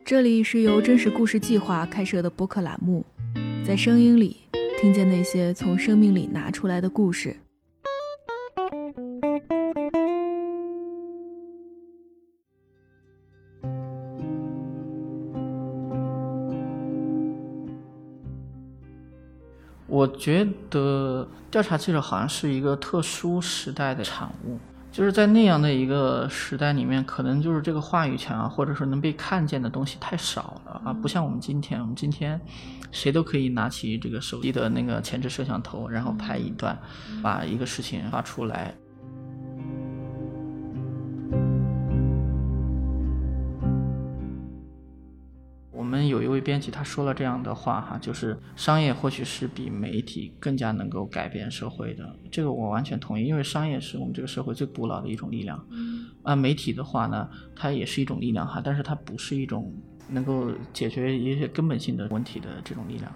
这里是由真实故事计划开设的播客栏目，在声音里听见那些从生命里拿出来的故事。 我觉得调查记者好像是一个特殊时代的产物，就是在那样的一个时代里面，可能就是这个话语权啊，或者说能被看见的东西太少了啊，不像我们今天谁都可以拿起这个手机的那个前置摄像头，然后拍一段，把一个事情发出来。我们有一位编辑他说了这样的话哈，就是商业或许是比媒体更加能够改变社会的，这个我完全同意，因为商业是我们这个社会最古老的一种力量。媒体的话呢，它也是一种力量哈，但是它不是一种能够解决一些根本性的问题的这种力量。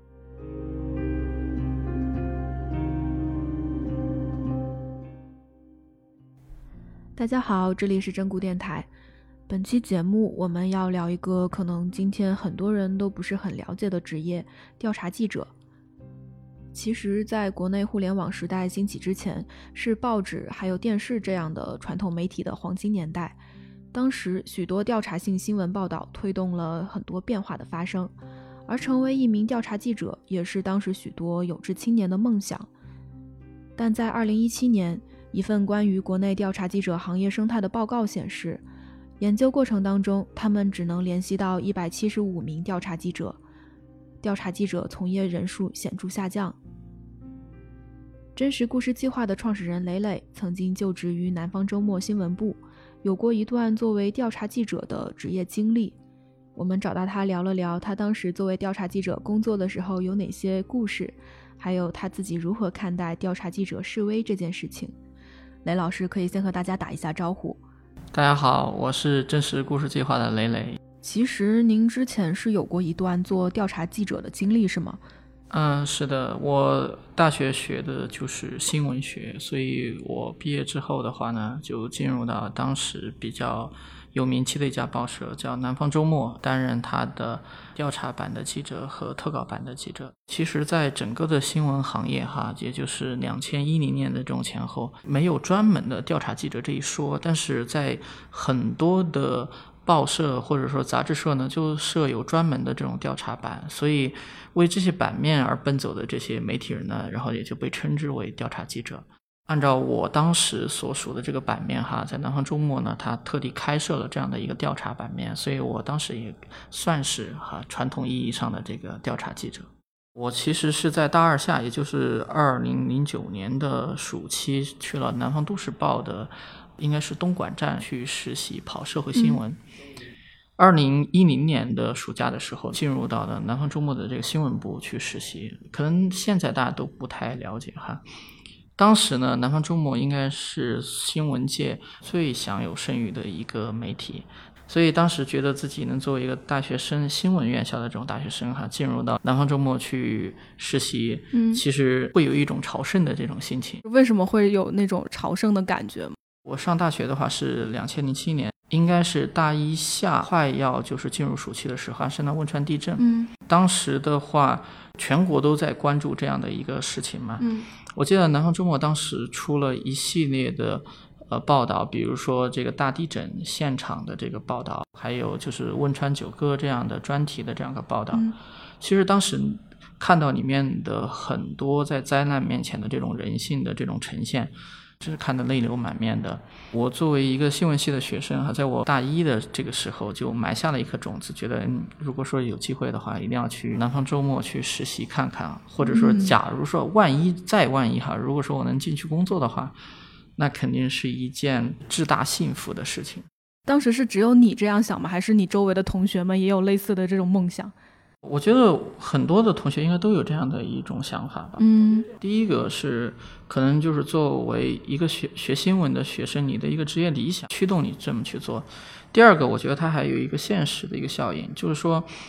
大家好，这里是真古电台。本期节目我们要聊一个可能今天很多人都不是很了解的职业——调查记者。其实在国内互联网时代兴起之前，是报纸还有电视这样的传统媒体的黄金年代。当时许多调查性新闻报道推动了很多变化的发生，而成为一名调查记者也是当时许多有志青年的梦想。但在2017年，一份关于国内调查记者行业生态的报告显示，研究过程当中，他们只能联系到175名调查记者，调查记者从业人数显著下降。真实故事计划的创始人磊磊曾经就职于南方周末新闻部，有过一段作为调查记者的职业经历。我们找到他聊了聊他当时作为调查记者工作的时候有哪些故事，还有他自己如何看待调查记者示威这件事情。磊老师可以先和大家打一下招呼。 大家好，我是真实故事计划的磊磊。 其实您之前是有过一段做调查记者的经历是吗？ 是的，我大学学的就是新闻学，所以我毕业之后的话呢，就进入到当时比较有名气的一家报社，叫南方周末，担任他的调查版的记者和特稿版的记者。其实在整个的新闻行业哈，也就是2010年的这种前后，没有专门的调查记者这一说，但是在很多的报社或者说杂志社呢，就设有专门的这种调查版，所以为这些版面而奔走的这些媒体人呢，然后也就被称之为调查记者。按照我当时所属的这个版面哈，在南方周末呢，它特地开设了这样的一个调查版面，所以我当时也算是传统意义上的这个调查记者。我其实是在大二下，也就是2009年的暑期去了南方都市报的应该是东莞站去实习跑社会新闻。2010年的暑假的时候进入到了南方周末的这个新闻部去实习，可能现在大家都不太了解哈。当时呢，南方周末应该是新闻界最享有盛誉的一个媒体，所以当时觉得自己能作为一个大学生，新闻院校的这种大学生哈，进入到南方周末去实习，其实会有一种朝圣的这种心情。 为什么会有那种朝圣的感觉？ 我上大学的话是2007年，应该是大一下快要就是进入暑期的时候，发生了汶川地震。当时的话全国都在关注这样的一个事情嘛。我记得南方周末当时出了一系列的报道，比如说这个大地震现场的这个报道，还有就是汶川九歌这样的专题的这样一个报道。其实当时看到里面的很多在灾难面前的这种人性的这种呈现，就是看得泪流满面的。我作为一个新闻系的学生在我大一的这个时候就埋下了一颗种子，觉得如果说有机会的话，一定要去南方周末去实习看看，或者说假如说万一如果说我能进去工作的话，那肯定是一件至大幸福的事情。 当时是只有你这样想吗？还是你周围的同学们也有类似的这种梦想？ 我觉得很多的同学应该都有这样的一种想法吧。第一个是可能就是作为一个学新闻的学生，你的一个职业理想驱动你这么去做。第二个我觉得它还有一个现实的一个效应，就是说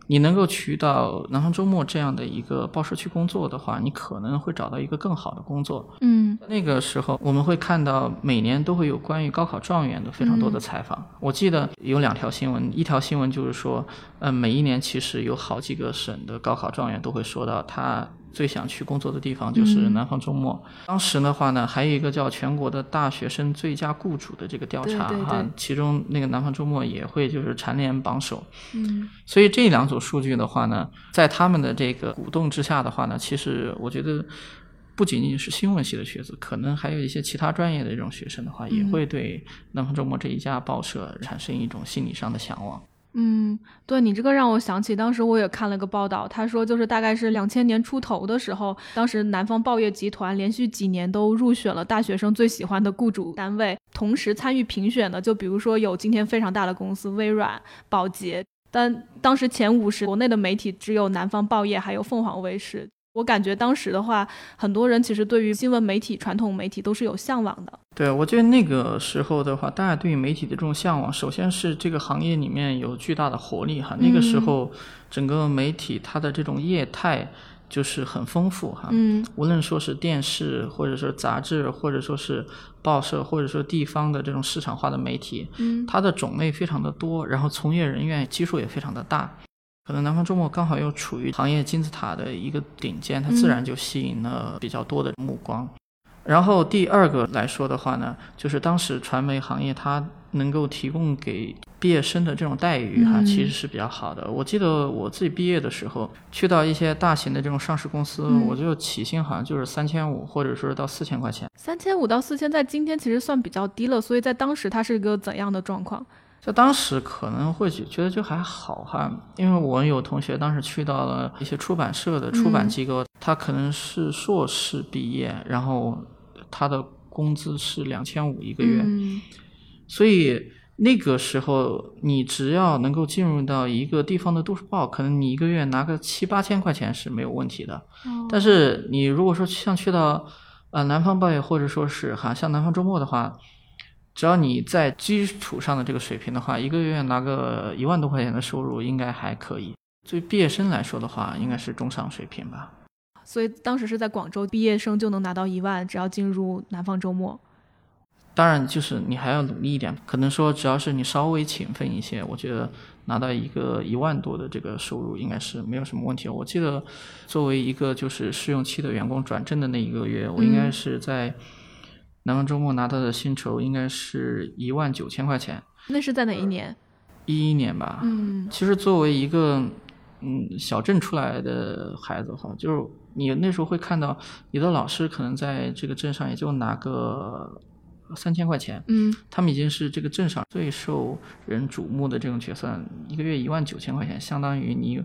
你能够去到南方周末这样的一个报社去工作的话，你可能会找到一个更好的工作。那个时候我们会看到每年都会有关于高考状元的非常多的采访。我记得有2条新闻，一条新闻就是说每一年其实有好几个省的高考状元都会说到他最想去工作的地方就是南方周末。当时的话呢，还有一个叫全国的大学生最佳雇主的这个调查， 对， 其中那个南方周末也会就是蝉联榜首。所以这2组数据的话呢，在他们的这个鼓动之下的话呢，其实我觉得不仅仅是新闻系的学子，可能还有一些其他专业的这种学生的话，也会对南方周末这一家报社产生一种心理上的向往。 对，你这个让我想起当时我也看了个报道，他说就是大概是2000年出头的时候，当时南方报业集团连续几年都入选了大学生最喜欢的雇主单位，同时参与评选的就比如说有今天非常大的公司微软、宝洁，但当时前50国内的媒体只有南方报业还有凤凰卫视。我感觉当时的话，很多人其实对于新闻媒体、传统媒体都是有向往的。 对，我觉得那个时候的话，大家对于媒体的这种向往，首先是这个行业里面有巨大的活力哈。那个时候，整个媒体它的这种业态就是很丰富哈。无论说是电视，或者说杂志，或者说是报社，或者说地方的这种市场化的媒体，它的种类非常的多，然后从业人员基数也非常的大。可能南方周末刚好又处于行业金字塔的一个顶尖，它自然就吸引了比较多的目光。然后第二个来说的话呢，就是当时传媒行业它能够提供给毕业生的这种待遇其实是比较好的。我记得我自己毕业的时候去到一些大型的这种上市公司，我就起薪好像就是3500或者说到4000块钱。 3500到4000在今天其实算比较低了，所以在当时它是一个怎样的状况？ 在当时可能会觉得就还好哈，因为我有同学当时去到了一些出版社的出版机构，他可能是硕士毕业，然后他的工资是2500一个月，所以那个时候你只要能够进入到一个地方的都市报，可能你一个月拿个7-8000块钱是没有问题的。但是你如果说像去到南方报业或者说是像南方周末的话，只要你在基础上的这个水平的话，一个月拿个1万多块钱的收入应该还可以。对于毕业生来说的话，应该是中上水平吧。 所以当时是在广州毕业生就能拿到1万，只要进入南方周末。 当然就是你还要努力一点，可能说只要是你稍微勤奋一些，我觉得拿到一个1万多的这个收入应该是没有什么问题。我记得作为一个就是试用期的员工转正的那一个月，我应该是在南方周末拿到的薪酬应该是19000块钱。 那是在哪一年 ？11年吧。其实作为一个小镇出来的孩子哈，就是你那时候会看到你的老师可能在这个镇上也就拿个3000块钱，他们已经是这个镇上最受人瞩目的这种角色，一个月19000块钱，相当于你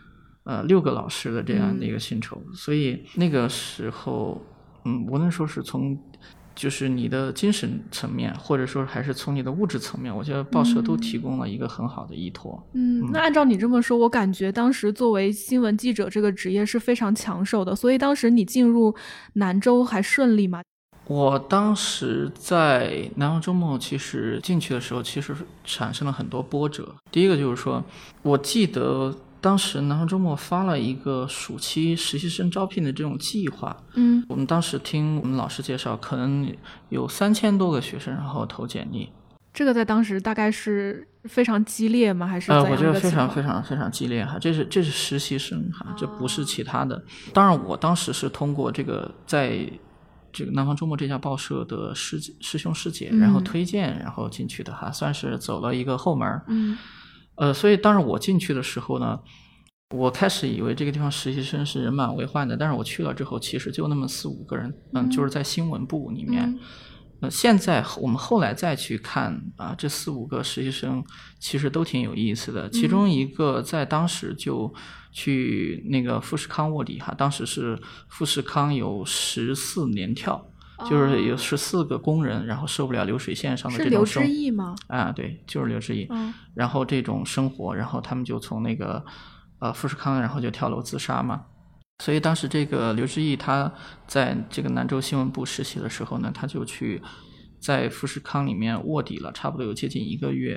6个老师的这样的一个薪酬。所以那个时候无论说是从就是你的精神层面，或者说还是从你的物质层面，我觉得报社都提供了一个很好的依托。 那按照你这么说，我感觉当时作为新闻记者这个职业是非常抢手的，所以当时你进入南周还顺利吗？ 我当时在南方周末其实进去的时候其实产生了很多波折。第一个就是说，我记得当时南方周末发了一个暑期实习生招聘的这种计划，我们当时听我们老师介绍，可能有3000多个学生然后投简历。 这个在当时大概是非常激烈吗？还是怎样的情况？ 我觉得非常非常非常激烈哈，这是实习生哈，这不是其他的。当然我当时是通过这个在这个南方周末这家报社的师兄师姐然后推荐然后进去的哈，算是走了一个后门。所以当时我进去的时候呢，我开始以为这个地方实习生是人满为患的，但是我去了之后其实就那么4-5个人，就是在新闻部里面。现在我们后来再去看这4-5个实习生其实都挺有意思的。其中一个在当时就去那个富士康卧底哈，当时是富士康有14连跳，就是有14个工人然后受不了流水线上的这种是刘志毅吗？ 对，就是刘志毅。然后这种生活，然后他们就从那个富士康然后就跳楼自杀嘛。所以当时这个刘志毅他在这个南州新闻部实习的时候呢，他就去在富士康里面卧底了差不多有接近1个月。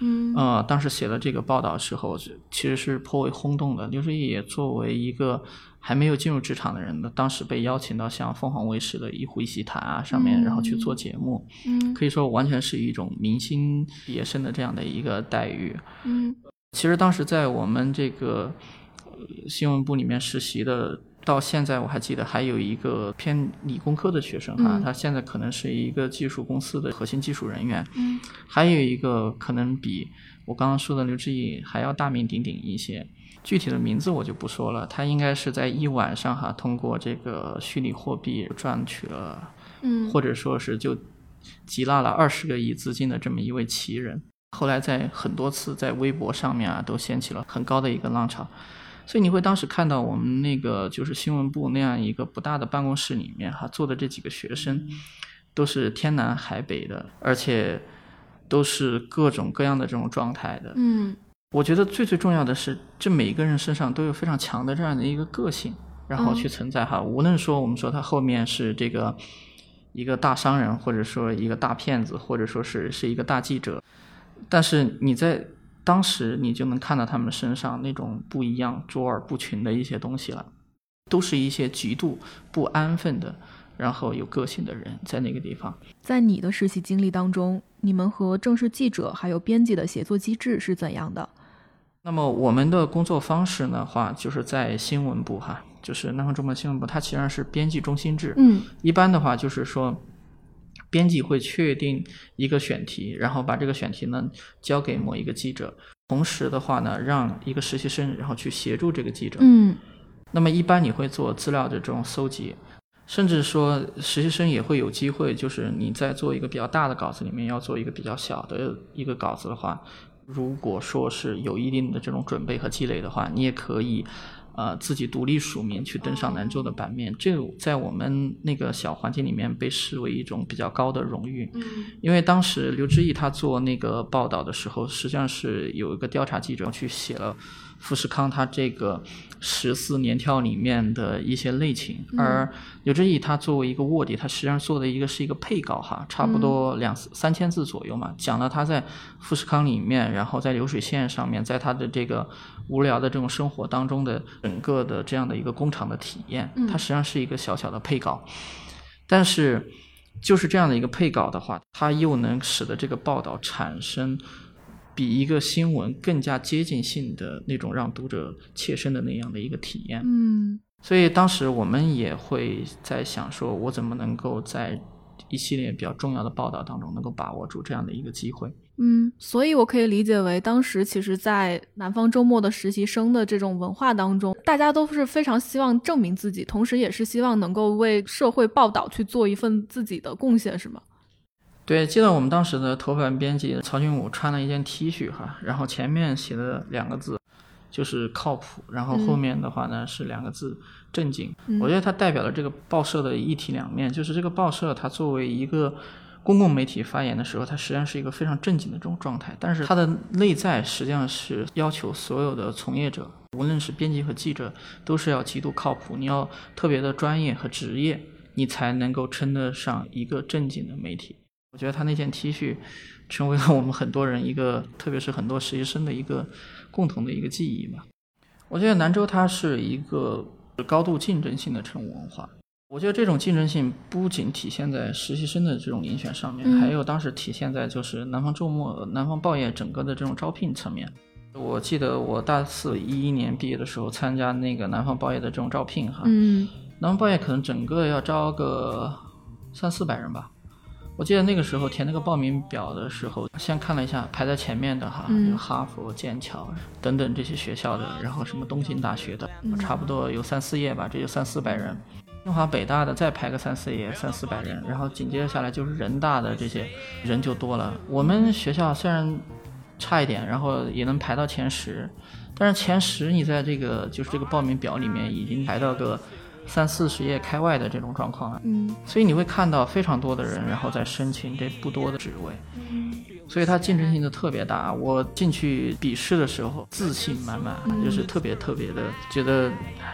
当时写了这个报道的时候其实是颇为轰动的。刘志毅也作为一个还没有进入职场的人呢，当时被邀请到像凤凰卫视的一壶一席谈啊上面，然后去做节目，可以说完全是一种明星毕业生的这样的一个待遇。其实当时在我们这个新闻部里面实习的，到现在我还记得还有一个偏理工科的学生哈，他现在可能是一个技术公司的核心技术人员，还有一个可能比我刚刚说的刘志毅还要大名鼎鼎一些，具体的名字我就不说了，他应该是在一晚上哈，通过这个虚拟货币赚取了，或者说是就集纳了20个亿资金的这么一位奇人。后来在很多次在微博上面啊，都掀起了很高的一个浪潮。所以你会当时看到我们那个就是新闻部那样一个不大的办公室里面哈，坐的这几个学生都是天南海北的，而且都是各种各样的这种状态的。我觉得最重要的是，这每一个人身上都有非常强的这样的一个个性，然后去存在哈。无论说我们说他后面是这个一个大商人，或者说一个大骗子，或者说是一个大记者，但是你在当时你就能看到他们身上那种不一样、卓尔不群的一些东西了，都是一些极度不安分的，然后有个性的人在那个地方。 在你的实习经历当中，你们和正式记者还有编辑的协作机制是怎样的？ 那么我们的工作方式的话，就是在新闻部哈，就是南方周末新闻部，它其实上是编辑中心制。一般的话就是说，编辑会确定一个选题，然后把这个选题呢交给某一个记者，同时的话呢让一个实习生然后去协助这个记者。那么一般你会做资料的这种搜集，甚至说实习生也会有机会，就是你在做一个比较大的稿子里面要做一个比较小的一个稿子的话，如果说是有一定的这种准备和积累的话，你也可以自己独立署名去登上南周的版面，这个在我们那个小环境里面被视为一种比较高的荣誉。因为当时刘志毅他做那个报道的时候，实际上是有一个调查记者去写了富士康他这个14年条里面的一些类情，而刘志毅他作为一个卧底，他实际上做的是一个配稿哈，差不多2-3千字左右嘛，讲了他在富士康里面，然后在流水线上面，在他的这个无聊的这种生活当中的整个的这样的一个工厂的体验，它实际上是一个小小的配稿。但是就是这样的一个配稿的话，它又能使得这个报道产生比一个新闻更加接近性的那种让读者切身的那样的一个体验。所以当时我们也会在想说，我怎么能够在一系列比较重要的报道当中能够把握住这样的一个机会。 所以我可以理解为，当时其实在南方周末的实习生的这种文化当中，大家都是非常希望证明自己，同时也是希望能够为社会报道去做一份自己的贡献，是吗？ 对，记得我们当时的头版编辑曹军武穿了一件 T 恤哈，然后前面写了2个字，就是靠谱，然后后面的话呢是2个字正经。我觉得它代表了这个报社的一体两面，就是这个报社它作为一个公共媒体发言的时候，它实际上是一个非常正经的这种状态，但是它的内在实际上是要求所有的从业者，无论是编辑和记者，都是要极度靠谱，你要特别的专业和职业，你才能够称得上一个正经的媒体。我觉得他那件 T 恤成为了我们很多人一个，特别是很多实习生的一个共同的一个记忆吧。我觉得南周它是一个高度竞争性的这种文化，我觉得这种竞争性不仅体现在实习生的这种遴选上面，还有当时体现在就是南方周末、南方报业整个的这种招聘层面。我记得我大4 11年毕业的时候参加那个南方报业的这种招聘哈，南方报业可能整个要招个300-400人吧。我记得那个时候填那个报名表的时候，先看了一下排在前面的哈，有哈佛、剑桥等等这些学校的，然后什么东京大学的，差不多有3-4页吧，这就300-400人。清华北大的再排个3-4页，300-400人，然后紧接着下来就是人大的这些人就多了。我们学校虽然差一点，然后也能排到前10，但是前10你在这个就是这个报名表里面已经排到个30-40页开外的这种状况了。所以你会看到非常多的人然后在申请这不多的职位，所以它竞争性就特别大。我进去笔试的时候自信满满，就是特别的觉得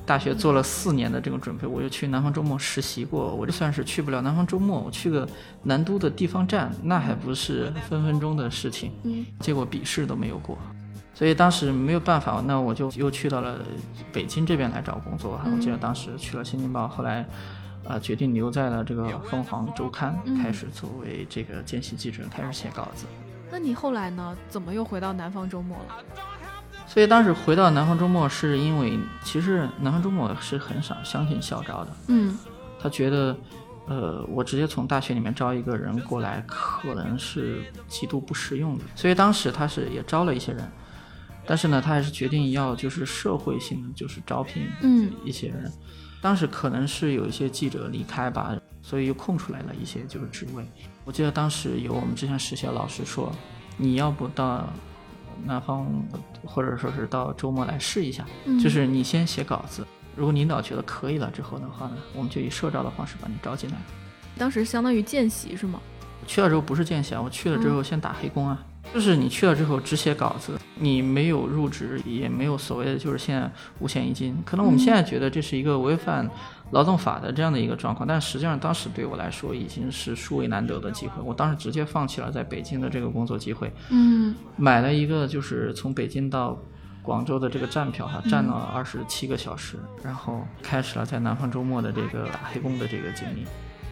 大学做了4年的这种准备，我又去南方周末实习过，我就算是去不了南方周末，我去个南都的地方站，那还不是分分钟的事情。结果笔试都没有过，所以当时没有办法，那我就又去到了北京这边来找工作。我记得当时去了新京报，后来决定留在了这个凤凰周刊，开始作为这个见习记者，开始写稿子。 那你后来呢？怎么又回到南方周末了？ 所以当时回到南方周末，是因为其实南方周末是很少相信校招的。他觉得我直接从大学里面招一个人过来可能是极度不实用的，所以当时他是也招了一些人，但是呢他还是决定要就是社会性的就是招聘一些人。当时可能是有一些记者离开吧，所以又空出来了一些就是职位。我记得当时有我们之前实习的老师说，你要不到南方或者说是到周末来试一下，就是你先写稿子，如果领导觉得可以了之后的话呢，我们就以社招的方式把你招进来。 当时相当于见习是吗？ 去了之后不是见习，我去了之后先打黑工啊，就是你去了之后只写稿子，你没有入职，也没有所谓的就是现在五险一金。可能我们现在觉得这是一个违反劳动法的这样的一个状况，但实际上当时对我来说已经是殊为难得的机会。我当时直接放弃了在北京的这个工作机会，买了一个就是从北京到广州的这个站票，站了27个小时，然后开始了在南方周末的这个打黑工的这个经历。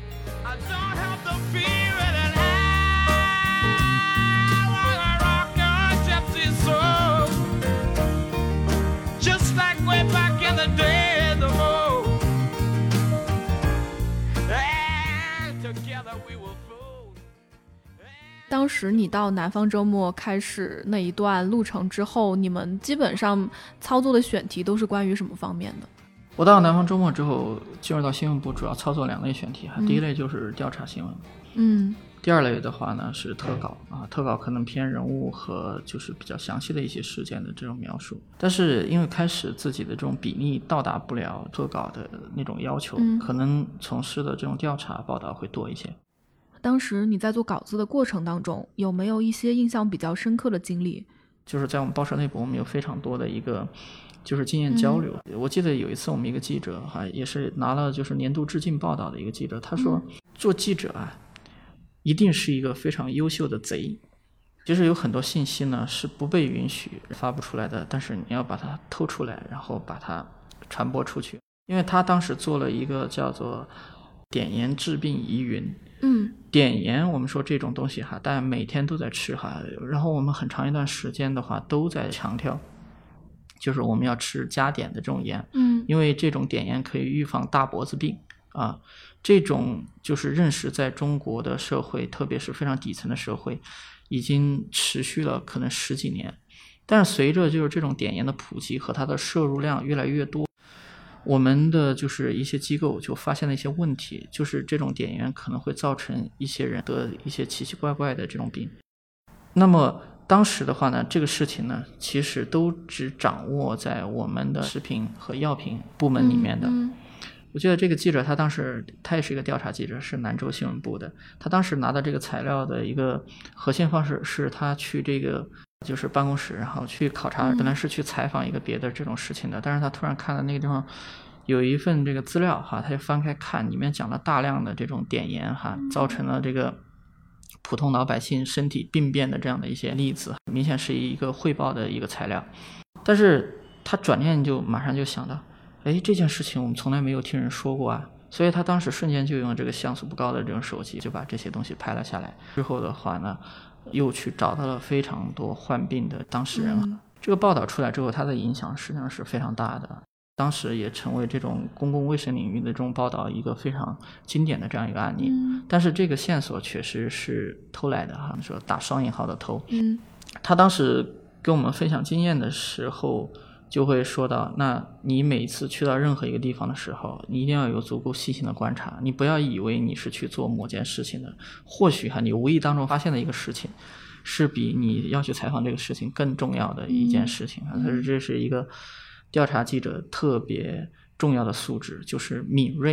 当时你到南方周末开始那一段路程之后，你们基本上操作的选题都是关于什么方面的？ 我到南方周末之后进入到新闻部，主要操作2类选题，第一类就是调查新闻，第二类的话呢是特稿特稿可能偏人物和就是比较详细的一些事件的这种描述。但是因为开始自己的这种比例到达不了特稿的那种要求，可能从事的这种调查报道会多一些。 当时你在做稿子的过程当中，有没有一些印象比较深刻的经历？ 就是在我们报社内部，我们有非常多的一个就是经验交流。我记得有一次我们一个记者也是拿了就是年度致敬报道的一个记者，他说做记者一定是一个非常优秀的贼。就是有很多信息呢是不被允许发布出来的，但是你要把它偷出来，然后把它传播出去。因为他当时做了一个叫做碘盐治病疑云。碘盐我们说这种东西大家每天都在吃然后我们很长一段时间的话都在强调，就是我们要吃加碘的这种盐，因为这种碘盐可以预防大脖子病这种就是认识在中国的社会，特别是非常底层的社会，已经持续了可能10几年。但是随着就是这种碘盐的普及和它的摄入量越来越多，我们的就是一些机构就发现了一些问题，就是这种碘盐可能会造成一些人得一些奇奇怪怪的这种病。那么当时的话呢，这个事情呢其实都只掌握在我们的食品和药品部门里面的。我记得这个记者他也是一个调查记者，是南州新闻部的。他当时拿到这个材料的一个核心方式是他去这个就是办公室，然后去考察，本来是去采访一个别的这种事情的，但是他突然看到那个地方有一份这个资料他就翻开看，里面讲了大量的这种碘盐造成了这个普通老百姓身体病变的这样的一些例子，明显是一个汇报的一个材料。但是他转念就马上就想到，这件事情我们从来没有听人说过所以他当时瞬间就用这个像素不高的这种手机就把这些东西拍了下来。之后的话呢，又去找到了非常多患病的当事人这个报道出来之后，它的影响实际上是非常大的，当时也成为这种公共卫生领域的这种报道一个非常经典的这样一个案例。但是这个线索确实是偷来的说打双引号的偷。他当时跟我们分享经验的时候就会说到，那你每一次去到任何一个地方的时候，你一定要有足够细心的观察，你不要以为你是去做某件事情的，或许你无意当中发现的一个事情是比你要去采访这个事情更重要的一件事情这是一个调查记者特别重要的素质，就是敏锐。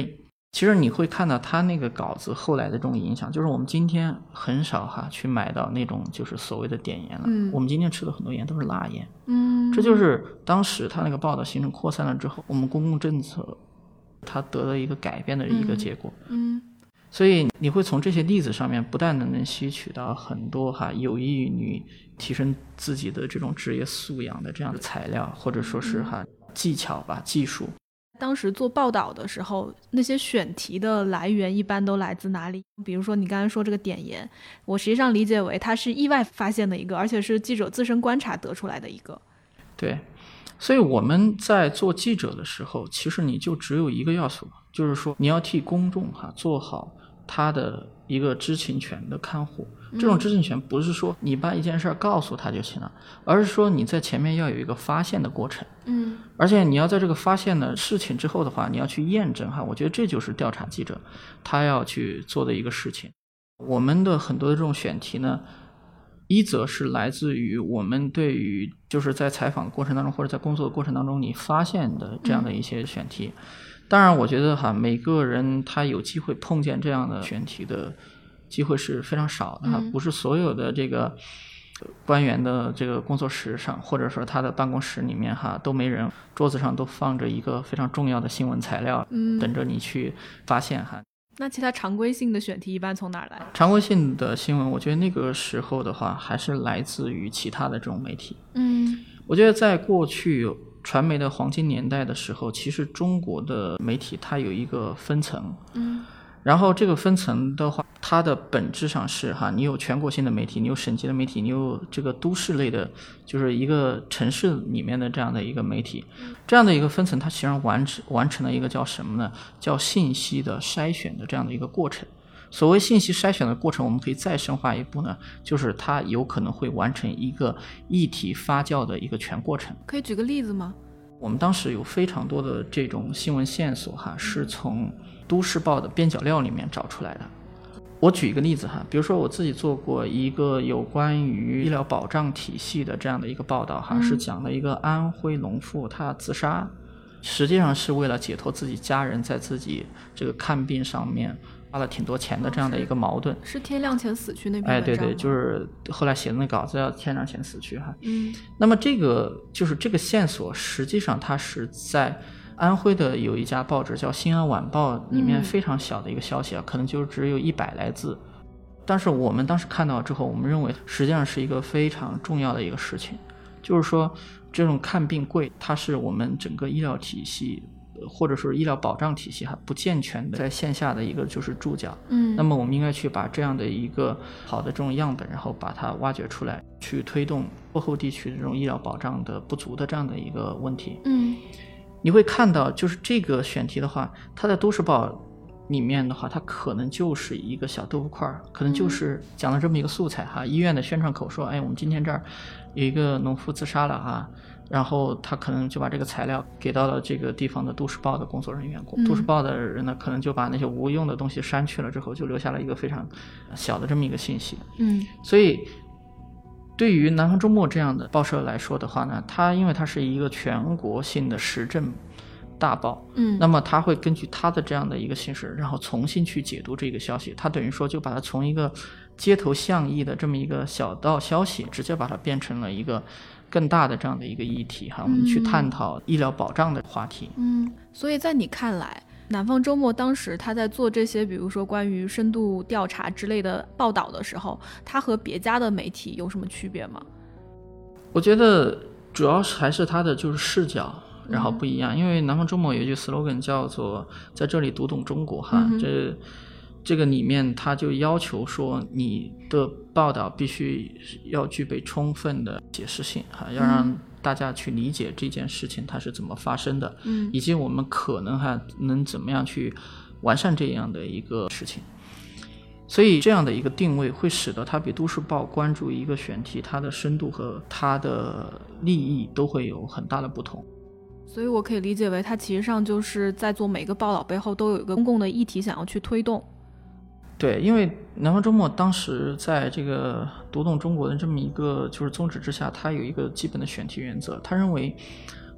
其实你会看到他那个稿子后来的这种影响，就是我们今天很少去买到那种就是所谓的碘盐了，我们今天吃的很多盐都是蜡盐，这就是当时他那个报道形成扩散了之后，我们公共政策它得了一个改变的一个结果。所以你会从这些例子上面不但能吸取到很多有益于你提升自己的这种职业素养的这样的材料，或者说是技巧吧，技术。 当时做报道的时候，那些选题的来源一般都来自哪里？比如说你刚才说这个碘盐，我实际上理解为它是意外发现的一个，而且是记者自身观察得出来的一个。 对，所以我们在做记者的时候，其实你就只有一个要素，就是说你要替公众做好他的一个知情权的看护。这种知情权不是说你把一件事告诉他就行了，而是说你在前面要有一个发现的过程。而且你要在这个发现的事情之后的话，你要去验证我觉得这就是调查记者他要去做的一个事情。我们的很多的这种选题呢，一则是来自于我们对于就是在采访的过程当中或者在工作的过程当中你发现的这样的一些选题。当然我觉得每个人他有机会碰见这样的选题的机会是非常少的不是所有的这个官员的这个工作室上或者说他的办公室里面都没人，桌子上都放着一个非常重要的新闻材料等着你去发现那其他常规性的选题一般从哪儿来？ 常规性的新闻我觉得那个时候的话还是来自于其他的这种媒体。我觉得在过去传媒的黄金年代的时候，其实中国的媒体它有一个分层然后这个分层的话，它的本质上是你有全国性的媒体，你有省级的媒体，你有这个都市类的，就是一个城市里面的这样的一个媒体。这样的一个分层它实际上完成了一个叫什么呢？叫信息的筛选的这样的一个过程。所谓信息筛选的过程，我们可以再深化一步呢，就是它有可能会完成一个议题发酵的一个全过程。 可以举个例子吗？ 我们当时有非常多的这种新闻线索是从都市报的边角料里面找出来的。我举一个例子比如说我自己做过一个有关于医疗保障体系的这样的一个报道是讲了一个安徽农妇她自杀，实际上是为了解脱自己家人在自己这个看病上面花了挺多钱的这样的一个矛盾。 是天亮前死去那篇文章对，就是后来写的那稿子叫天亮前死去那么这个就是这个线索实际上它是在安徽的有一家报纸叫新安晚报里面非常小的一个消息可能就只有100来字，但是我们当时看到之后，我们认为实际上是一个非常重要的一个事情，就是说这种看病贵它是我们整个医疗体系或者说医疗保障体系不健全的在线下的一个就是注脚那么我们应该去把这样的一个好的这种样本然后把它挖掘出来，去推动落后地区的这种医疗保障的不足的这样的一个问题你会看到就是这个选题的话，它在都市报里面的话，它可能就是一个小豆腐块，可能就是讲了这么一个素材医院的宣传口说我们今天这儿有一个农妇自杀了然后他可能就把这个材料给到了这个地方的都市报的工作人员都市报的人呢可能就把那些无用的东西删去了之后，就留下了一个非常小的这么一个信息所以对于南方周末这样的报社来说的话呢，它因为它是一个全国性的时政大报那么它会根据它的这样的一个形式然后重新去解读这个消息，它等于说就把它从一个街头巷议的这么一个小道消息直接把它变成了一个更大的这样的一个议题我们去探讨医疗保障的话题所以在你看来南方周末当时他在做这些比如说关于深度调查之类的报道的时候，他和别家的媒体有什么区别吗？ 我觉得主要还是他的就是视角然后不一样因为南方周末有一句 slogan 叫做在这里读懂中国这个里面他就要求说你的报道必须要具备充分的解释性要让大家去理解这件事情它是怎么发生的以及我们可能能怎么样去完善这样的一个事情。所以这样的一个定位会使得它比都市报关注一个选题它的深度和它的利益都会有很大的不同。 所以我可以理解为它其实上就是在做每个报道背后都有一个公共的议题想要去推动。 对，因为南方周末当时在这个读懂中国的这么一个就是宗旨之下，它有一个基本的选题原则，他认为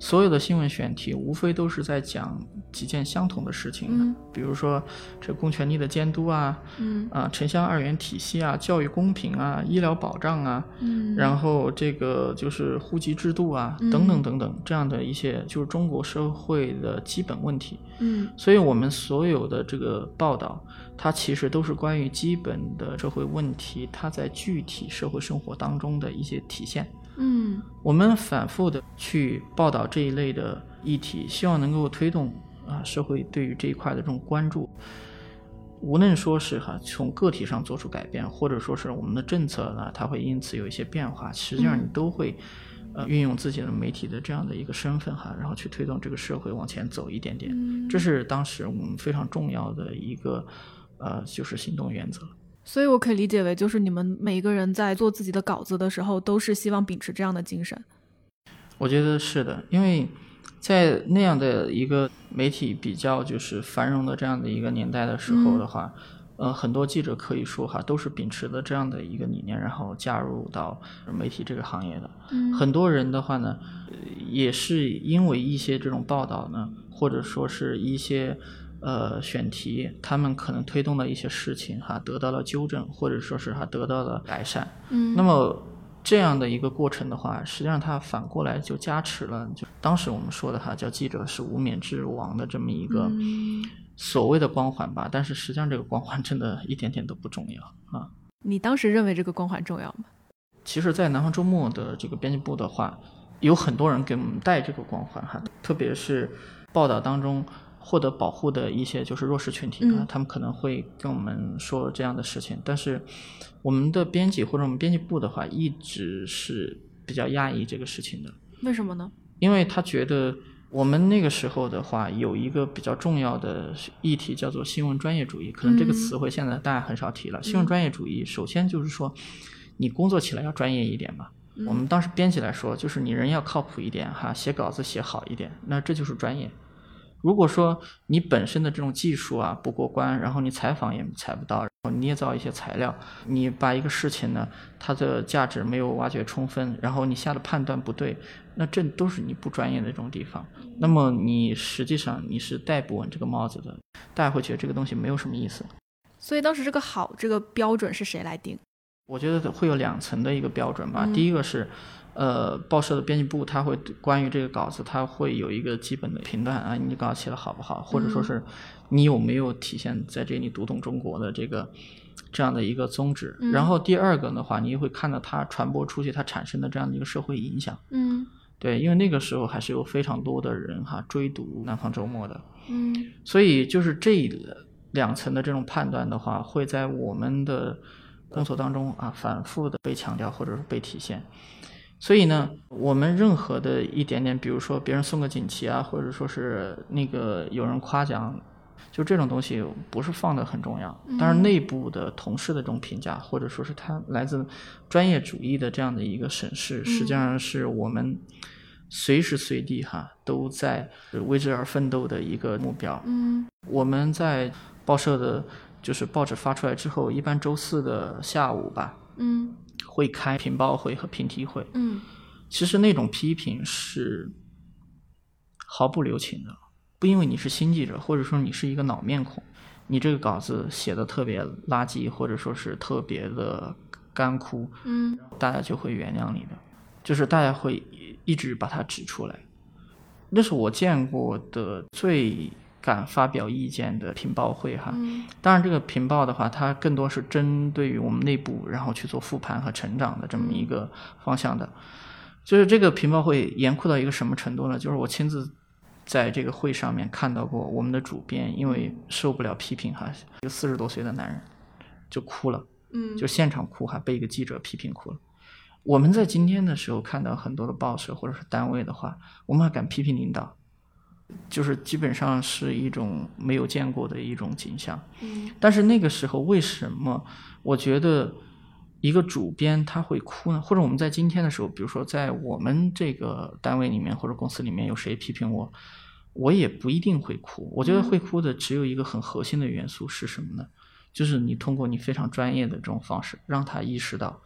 所有的新闻选题无非都是在讲几件相同的事情，比如说这公权力的监督啊，城乡二元体系啊，教育公平啊，医疗保障啊，然后这个就是户籍制度啊，等等等等，这样的一些就是中国社会的基本问题。所以我们所有的这个报道，它其实都是关于基本的社会问题，它在具体社会生活当中的一些体现。我们反复的去报道这一类的议题，希望能够推动社会对于这一块的这种关注。无论说是从个体上做出改变，或者说是我们的政策呢，它会因此有一些变化，实际上你都会运用自己的媒体的这样的一个身份然后去推动这个社会往前走一点点。这是当时我们非常重要的一个就是行动原则。 所以我可以理解为，就是你们每一个人在做自己的稿子的时候，都是希望秉持这样的精神。 我觉得是的，因为在那样的一个媒体比较就是繁荣的这样的一个年代的时候的话，很多记者可以说都是秉持了这样的一个理念，然后加入到媒体这个行业的。很多人的话呢，也是因为一些这种报道呢，或者说是一些选题，他们可能推动的一些事情得到了纠正，或者说是得到了改善。那么这样的一个过程的话，实际上它反过来就加持了就当时我们说的叫记者是无冕之王的这么一个所谓的光环吧。但是实际上这个光环真的一点点都不重要你当时认为这个光环重要吗？ 其实在南方周末的这个编辑部的话，有很多人给我们带这个光环特别是报道当中获得保护的一些就是弱势群体他们可能会跟我们说这样的事情。但是我们的编辑或者我们编辑部的话，一直是比较压抑这个事情的。 为什么呢？ 因为他觉得我们那个时候的话，有一个比较重要的议题叫做新闻专业主义，可能这个词汇现在大家很少提了。新闻专业主义首先就是说你工作起来要专业一点嘛。我们当时编辑来说，就是你人要靠谱一点写稿子写好一点，那这就是专业。如果说你本身的这种技术不过关，然后你采访也采不到，然后捏造一些材料，你把一个事情呢它的价值没有挖掘充分，然后你下的判断不对，那这都是你不专业的这种地方。那么你实际上你是戴不稳这个帽子的，大家会觉得这个东西没有什么意思。 所以当时这个好这个标准是谁来定？ 我觉得会有2层的一个标准吧。第一个是报社的编辑部，它会关于这个稿子，它会有一个基本的评断你稿写的好不好，或者说是你有没有体现在这里读懂中国的这样的一个宗旨。然后第二个的话，你也会看到它传播出去它产生的这样的一个社会影响。对，因为那个时候还是有非常多的人追读南方周末的。所以就是这2层的这种判断的话，会在我们的工作当中反复的被强调或者是被体现。所以呢，我们任何的一点点，比如说别人送个锦旗或者说是那个有人夸奖，就这种东西不是放的很重要。当然内部的同事的这种评价，或者说是他来自专业主义的这样的一个审视，实际上是我们随时随地都在为之而奋斗的一个目标。我们在报社的就是报纸发出来之后，一般周4的下午吧会开评报会和评题会。其实那种批评是毫不留情的，不因为你是新记者，或者说你是一个老面孔，你这个稿子写的特别垃圾，或者说是特别的干枯，大家就会原谅你的，就是大家会一直把它指出来。那是我见过的最敢发表意见的评报会当然这个评报的话，它更多是针对于我们内部，然后去做复盘和成长的这么一个方向的。就是这个评报会严酷到一个什么程度呢？就是我亲自在这个会上面看到过我们的主编因为受不了批评一个40多岁的男人就哭了，就现场哭被一个记者批评哭了。我们在今天的时候看到很多的报社或者是单位的话，我们还敢批评领导，就是基本上是一种没有见过的一种景象。但是那个时候为什么我觉得一个主编他会哭呢？或者我们在今天的时候，比如说在我们这个单位里面或者公司里面有谁批评我，我也不一定会哭。我觉得会哭的只有一个很核心的元素是什么呢？就是你通过你非常专业的这种方式让他意识到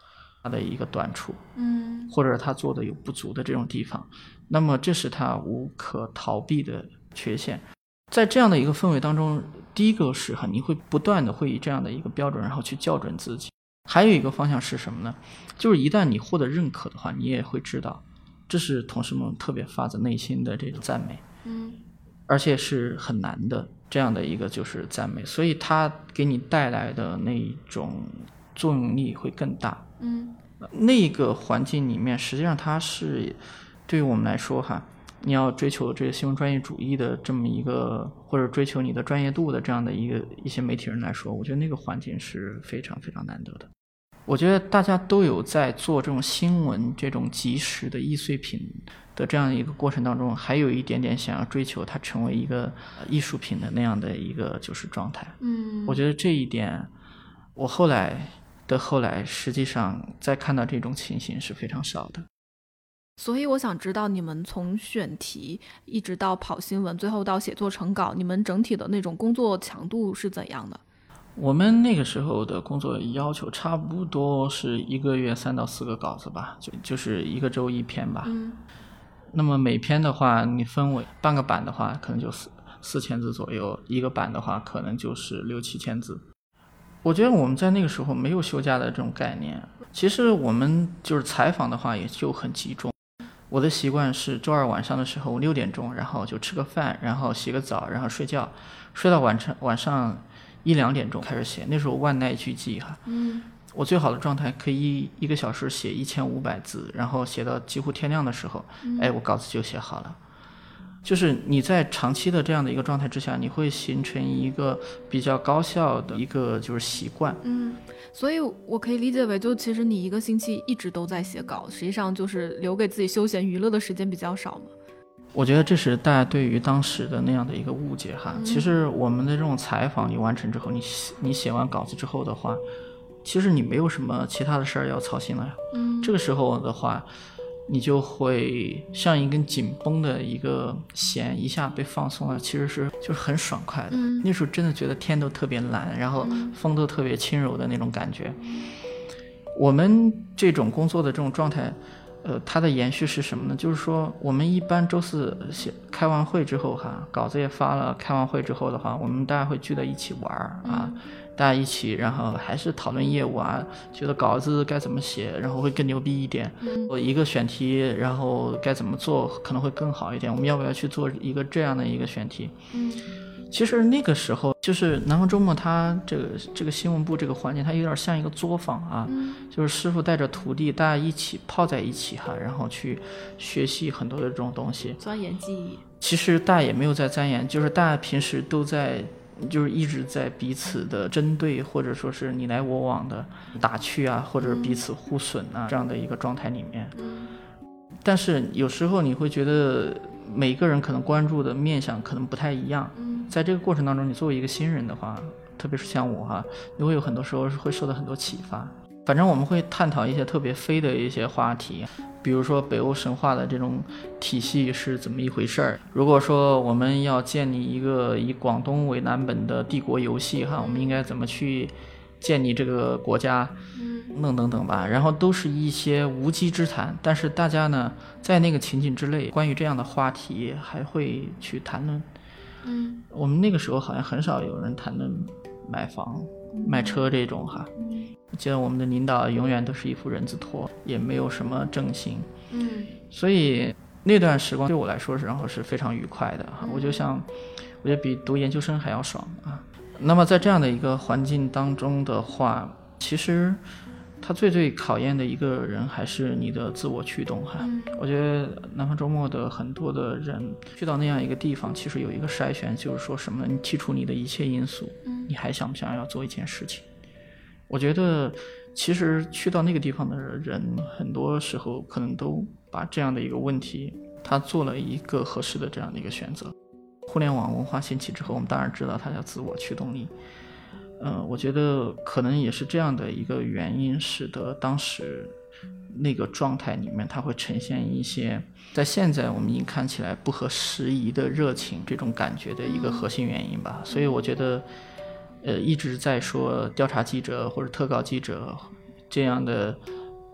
他的一个短处，或者他做的有不足的这种地方，那么这是他无可逃避的缺陷。在这样的一个氛围当中，第一个是你会不断的会以这样的一个标准然后去校准自己。还有一个方向是什么呢？就是一旦你获得认可的话，你也会知道这是同事们特别发自内心的这种赞美，而且是很难的这样的一个就是赞美，所以它给你带来的那种作用力会更大。那个环境里面实际上它是对于我们来说你要追求这个新闻专业主义的这么一个，或者追求你的专业度的这样的一些媒体人来说，我觉得那个环境是非常非常难得的。我觉得大家都有在做这种新闻这种即时的易碎品的这样一个过程当中，还有一点点想要追求它成为一个艺术品的那样的一个就是状态。我觉得这一点我后来实际上在看到这种情形是非常少的。 所以我想知道你们从选题一直到跑新闻，最后到写作成稿，你们整体的那种工作强度是怎样的？ 我们那个时候的工作要求差不多是1个月3到4个稿子吧，就是1个周1篇吧。那么每篇的话你分为半个版的话可能就4000字左右，一个版的话可能就是6-7千字。我觉得我们在那个时候没有休假的这种概念，其实我们就是采访的话也就很集中。我的习惯是周二晚上的时候6点钟，然后就吃个饭，然后洗个澡，然后睡觉，睡到晚上1-2点钟开始写。那时候万籁俱寂我最好的状态可以一个小时写1500字，然后写到几乎天亮的时候，我稿子就写好了。就是你在长期的这样的一个状态之下，你会形成一个比较高效的一个就是习惯。 所以我可以理解为，就其实你1个星期一直都在写稿，实际上就是留给自己休闲娱乐的时间比较少嘛。 我觉得这是大家对于当时的那样的一个误解其实我们的这种采访你完成之后，你写完稿子之后的话，其实你没有什么其他的事儿要操心了呀。这个时候的话，你就会像一根紧绷的一个弦一下被放松了，其实就是很爽快的。那时候真的觉得天都特别蓝，然后风都特别轻柔的那种感觉。我们这种工作的这种状态它的延续是什么呢？就是说我们一般周4开完会之后稿子也发了，开完会之后的话，我们大家会聚在一起玩大家一起然后还是讨论业务觉得稿子该怎么写，然后会更牛逼一点一个选题然后该怎么做可能会更好一点，我们要不要去做一个这样的一个选题。其实那个时候就是南方周末它这个新闻部这个环境，它有点像一个作坊就是师傅带着徒弟，大家一起泡在一起然后去学习很多的这种东西， 钻研技艺。 其实大家也没有在钻研，就是大家平时都在就是一直在彼此的针对，或者说是你来我往的打趣或者彼此互损这样的一个状态里面。但是有时候你会觉得每个人可能关注的面向可能不太一样在这个过程当中，你作为一个新人的话，特别是像我你会有很多时候会受到很多启发。反正我们会探讨一些特别飞的一些话题，比如说北欧神话的这种体系是怎么一回事儿。如果说我们要建立一个以广东为蓝本的帝国游戏我们应该怎么去建立这个国家等等吧。然后都是一些无稽之谈，但是大家呢在那个情景之内，关于这样的话题还会去谈论。我们那个时候好像很少有人谈论买房卖车这种我记得我们的领导永远都是一副人字拖，也没有什么正形所以那段时光对我来说然后是非常愉快的我觉得比读研究生还要爽那么在这样的一个环境当中的话，其实它最考验的一个人还是你的自我驱动我觉得南方周末的很多的人去到那样一个地方，其实有一个筛选，就是说什么你剔除你的一切因素你还想不想要做一件事情。我觉得其实去到那个地方的人很多时候可能都把这样的一个问题他做了一个合适的这样的一个选择。互联网文化兴起之后，我们当然知道它叫自我驱动力我觉得可能也是这样的一个原因，使得当时那个状态里面它会呈现一些在现在我们已经看起来不合时宜的热情这种感觉的一个核心原因吧。所以我觉得一直在说调查记者或者特稿记者这样的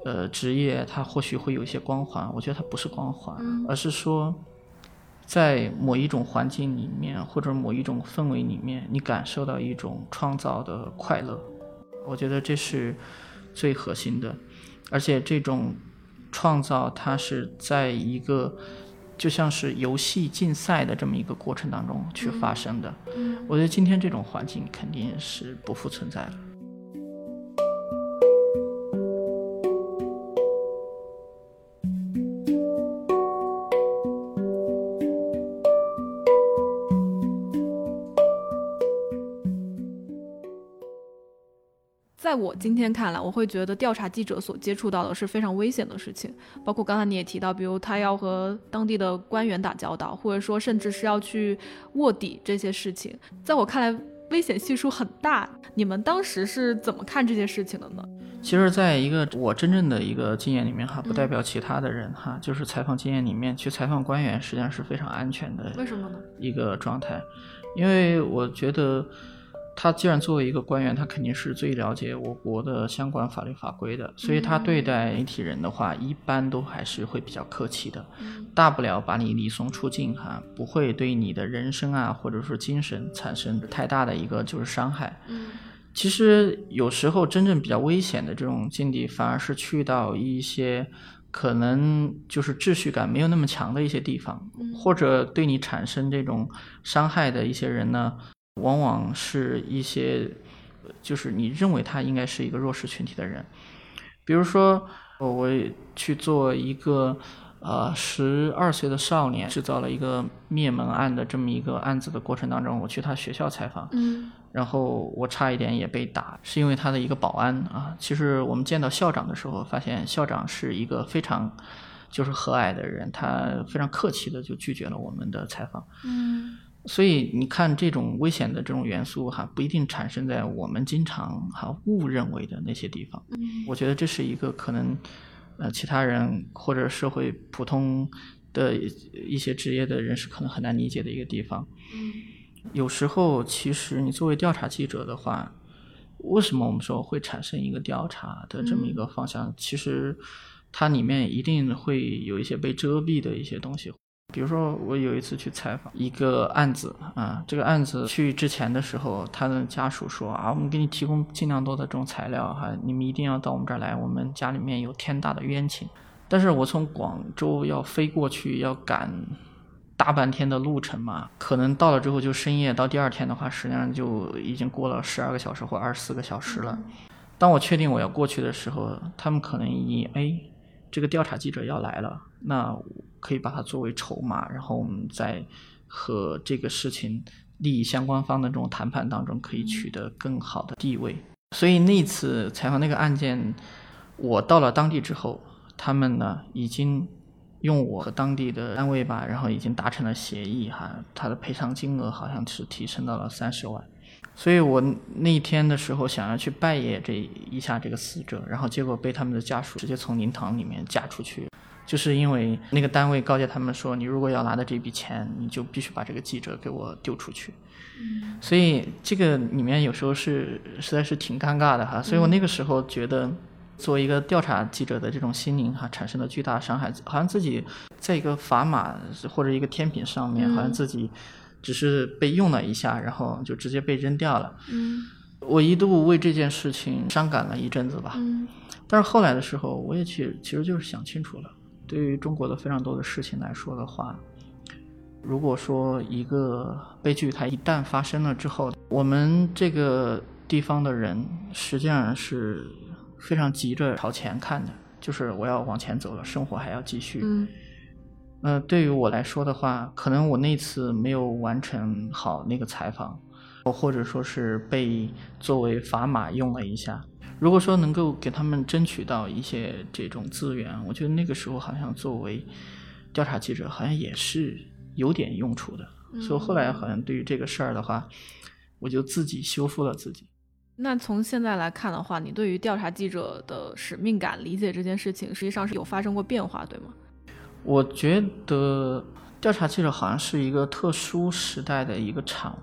职业它或许会有一些光环，我觉得它不是光环，而是说在某一种环境里面或者某一种氛围里面，你感受到一种创造的快乐，我觉得这是最核心的。而且这种创造它是在一个就像是游戏竞赛的这么一个过程当中去发生的，我觉得今天这种环境肯定是不复存在了。 在我今天看来，我会觉得调查记者所接触到的是非常危险的事情，包括刚才你也提到，比如他要和当地的官员打交道，或者说甚至是要去卧底这些事情，在我看来危险系数很大。你们当时是怎么看这些事情的呢？ 其实在一个我真正的一个经验里面不代表其他的人就是采访经验里面去采访官员实际上是非常安全的。 为什么呢？一个状态，因为我觉得他既然作为一个官员，他肯定是最了解我国的相关法律法规的，所以他对待媒体人的话一般都还是会比较客气的，大不了把你移送出境不会对你的人生或者说精神产生太大的一个就是伤害。其实有时候真正比较危险的这种境地，反而是去到一些可能就是秩序感没有那么强的一些地方，或者对你产生这种伤害的一些人呢，往往是一些就是你认为他应该是一个弱势群体的人。比如说我去做一个12岁的少年制造了一个灭门案的这么一个案子的过程当中，我去他学校采访，然后我差一点也被打，是因为他的一个保安其实我们见到校长的时候，发现校长是一个非常就是和蔼的人，他非常客气的就拒绝了我们的采访。所以你看这种危险的这种元素不一定产生在我们经常误认为的那些地方。我觉得这是一个可能其他人或者社会普通的一些职业的人士可能很难理解的一个地方。有时候其实你作为调查记者的话，为什么我们说会产生一个调查的这么一个方向，其实它里面一定会有一些被遮蔽的一些东西。比如说我有一次去采访一个案子这个案子去之前的时候，他的家属说我们给你提供尽量多的这种材料你们一定要到我们这儿来，我们家里面有天大的冤情。但是我从广州要飞过去，要赶大半天的路程嘛，可能到了之后就深夜，到第二天的话实际上就已经过了12个小时或24个小时了。当我确定我要过去的时候，他们可能已经这个调查记者要来了，那可以把它作为筹码，然后我们在和这个事情利益相关方的这种谈判当中可以取得更好的地位。所以那次采访那个案件，我到了当地之后，他们呢已经用我和当地的单位吧，然后已经达成了协议他的赔偿金额好像是提升到了30万。所以我那天的时候想要去拜谒一下这个死者，然后结果被他们的家属直接从灵堂里面架出去，就是因为那个单位告诫他们说，你如果要拿的这笔钱，你就必须把这个记者给我丢出去。所以这个里面有时候实在是挺尴尬的所以我那个时候觉得作为一个调查记者的这种心灵产生了巨大伤害，好像自己在一个砝码或者一个天平上面，好像自己只是被用了一下，然后就直接被扔掉了。我一度为这件事情伤感了一阵子吧。但是后来的时候，我也其实就是想清楚了，对于中国的非常多的事情来说的话，如果说一个悲剧它一旦发生了之后，我们这个地方的人实际上是非常急着朝前看的，就是我要往前走了，生活还要继续。对于我来说的话，可能我那次没有完成好那个采访，或者说是被作为砝码用了一下。如果说能够给他们争取到一些这种资源，我觉得那个时候好像作为调查记者好像也是有点用处的。所以后来好像对于这个事儿的话，我就自己修复了自己。 那从现在来看的话，你对于调查记者的使命感理解这件事情实际上是有发生过变化，对吗？ 我觉得调查记者好像是一个特殊时代的一个产物。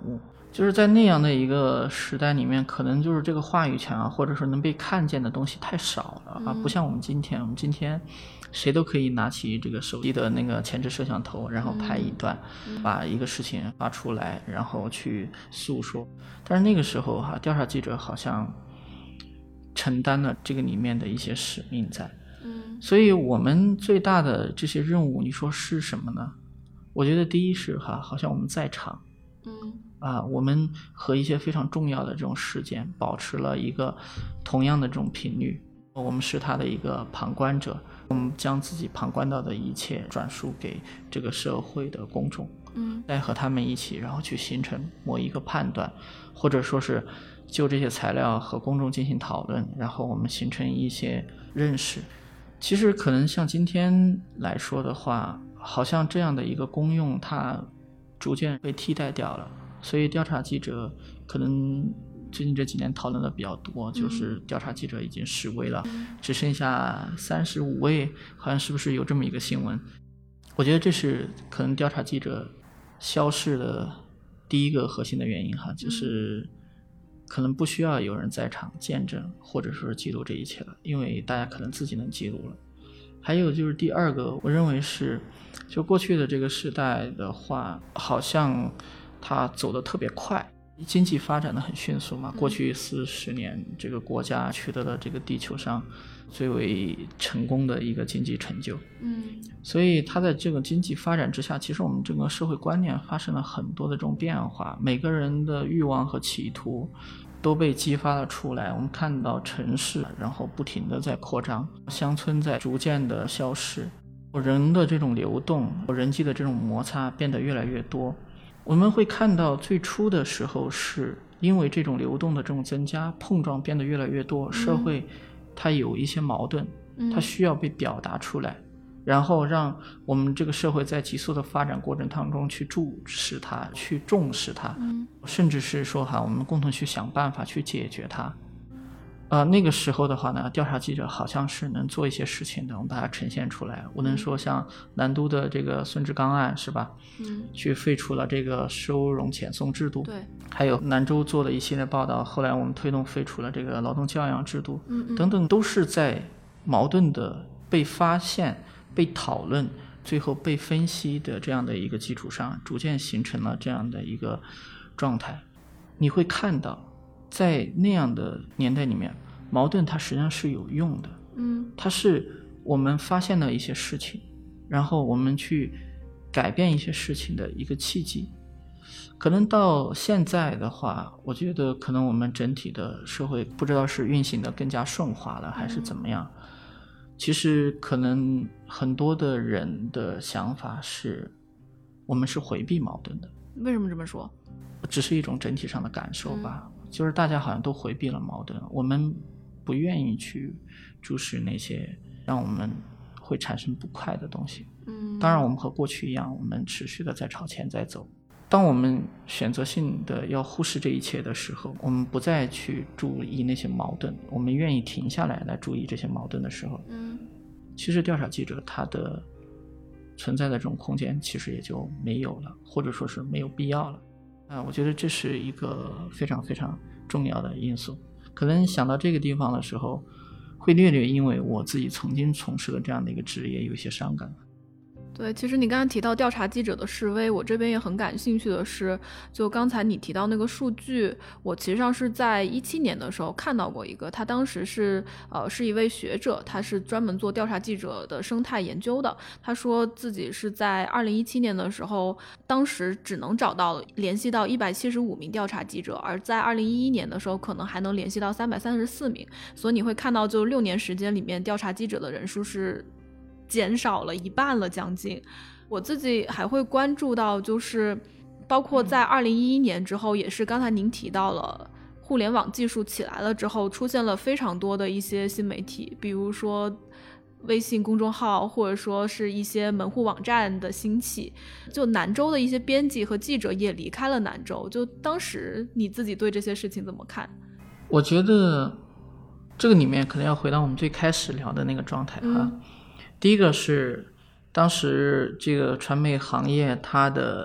就是在那样的一个时代里面，可能就是这个话语权啊，或者说能被看见的东西太少了啊，不像我们今天谁都可以拿起这个手机的那个前置摄像头，然后拍一段，把一个事情发出来，然后去诉说。但是那个时候调查记者好像承担了这个里面的一些使命在。所以我们最大的这些任务，你说是什么呢？我觉得第一是好像我们在场，我们和一些非常重要的这种事件保持了一个同样的这种频率，我们是他的一个旁观者，我们将自己旁观到的一切转述给这个社会的公众，再和他们一起，然后去形成某一个判断，或者说是就这些材料和公众进行讨论，然后我们形成一些认识。其实可能像今天来说的话，好像这样的一个功用它逐渐被替代掉了，所以调查记者可能最近这几年讨论的比较多，就是调查记者已经式微了，只剩下35位，好像是不是有这么一个新闻？我觉得这是可能调查记者消逝的第一个核心的原因就是可能不需要有人在场见证或者说是记录这一切了，因为大家可能自己能记录了。还有就是第二个，我认为是就过去的这个时代的话，好像它走得特别快，经济发展的很迅速嘛。过去40年，这个国家取得了这个地球上最为成功的一个经济成就。所以它在这个经济发展之下，其实我们整个社会观念发生了很多的这种变化，每个人的欲望和企图都被激发了出来。我们看到城市然后不停地在扩张，乡村在逐渐的消失，人的这种流动，人际的这种摩擦变得越来越多。我们会看到最初的时候是因为这种流动的这种增加，碰撞变得越来越多，社会它有一些矛盾，它需要被表达出来，然后让我们这个社会在急速的发展过程当中去注视它，去重视它，甚至是说我们共同去想办法去解决它。那个时候的话呢，调查记者好像是能做一些事情的，我们把它呈现出来。我能说像南都的这个孙志刚案是吧？去废除了这个收容遣送制度。 对。 还有南州做了一系列报道，后来我们推动废除了这个劳动教养制度，等等，都是在矛盾的被发现、被讨论，最后被分析的这样的一个基础上，逐渐形成了这样的一个状态。你会看到在那样的年代里面，矛盾它实际上是有用的，它是我们发现了一些事情，然后我们去改变一些事情的一个契机。可能到现在的话，我觉得可能我们整体的社会不知道是运行的更加顺滑了还是怎么样，其实可能很多的人的想法是我们是回避矛盾的。 为什么这么说？ 只是一种整体上的感受吧，就是大家好像都回避了矛盾，我们不愿意去注视那些让我们会产生不快的东西。当然我们和过去一样，我们持续的在朝前在走。当我们选择性的要忽视这一切的时候，我们不再去注意那些矛盾，我们愿意停下来注意这些矛盾的时候，其实调查记者他的存在的这种空间其实也就没有了，或者说是没有必要了。我觉得这是一个非常非常重要的因素。可能想到这个地方的时候，会略略因为我自己曾经从事的这样的一个职业有一些伤感。 对，其实你刚才提到调查记者的示威，我这边也很感兴趣的是，就刚才你提到那个数据，我其实上是在17年的时候看到过一个，他当时是一位学者，他是专门做调查记者的生态研究的。他说自己是在2017年的时候，当时只能联系到175名调查记者，而在2011年的时候可能还能联系到334名，所以你会看到就6年时间里面调查记者的人数是减少了一半了将近。我自己还会关注到，就是包括在2011年之后，也是刚才您提到了互联网技术起来了之后，出现了非常多的一些新媒体，比如说微信公众号，或者说是一些门户网站的兴起，就南州的一些编辑和记者也离开了南州。就当时你自己对这些事情怎么看？ 我觉得这个里面可能要回到我们最开始聊的那个状态第一个是当时这个传媒行业它的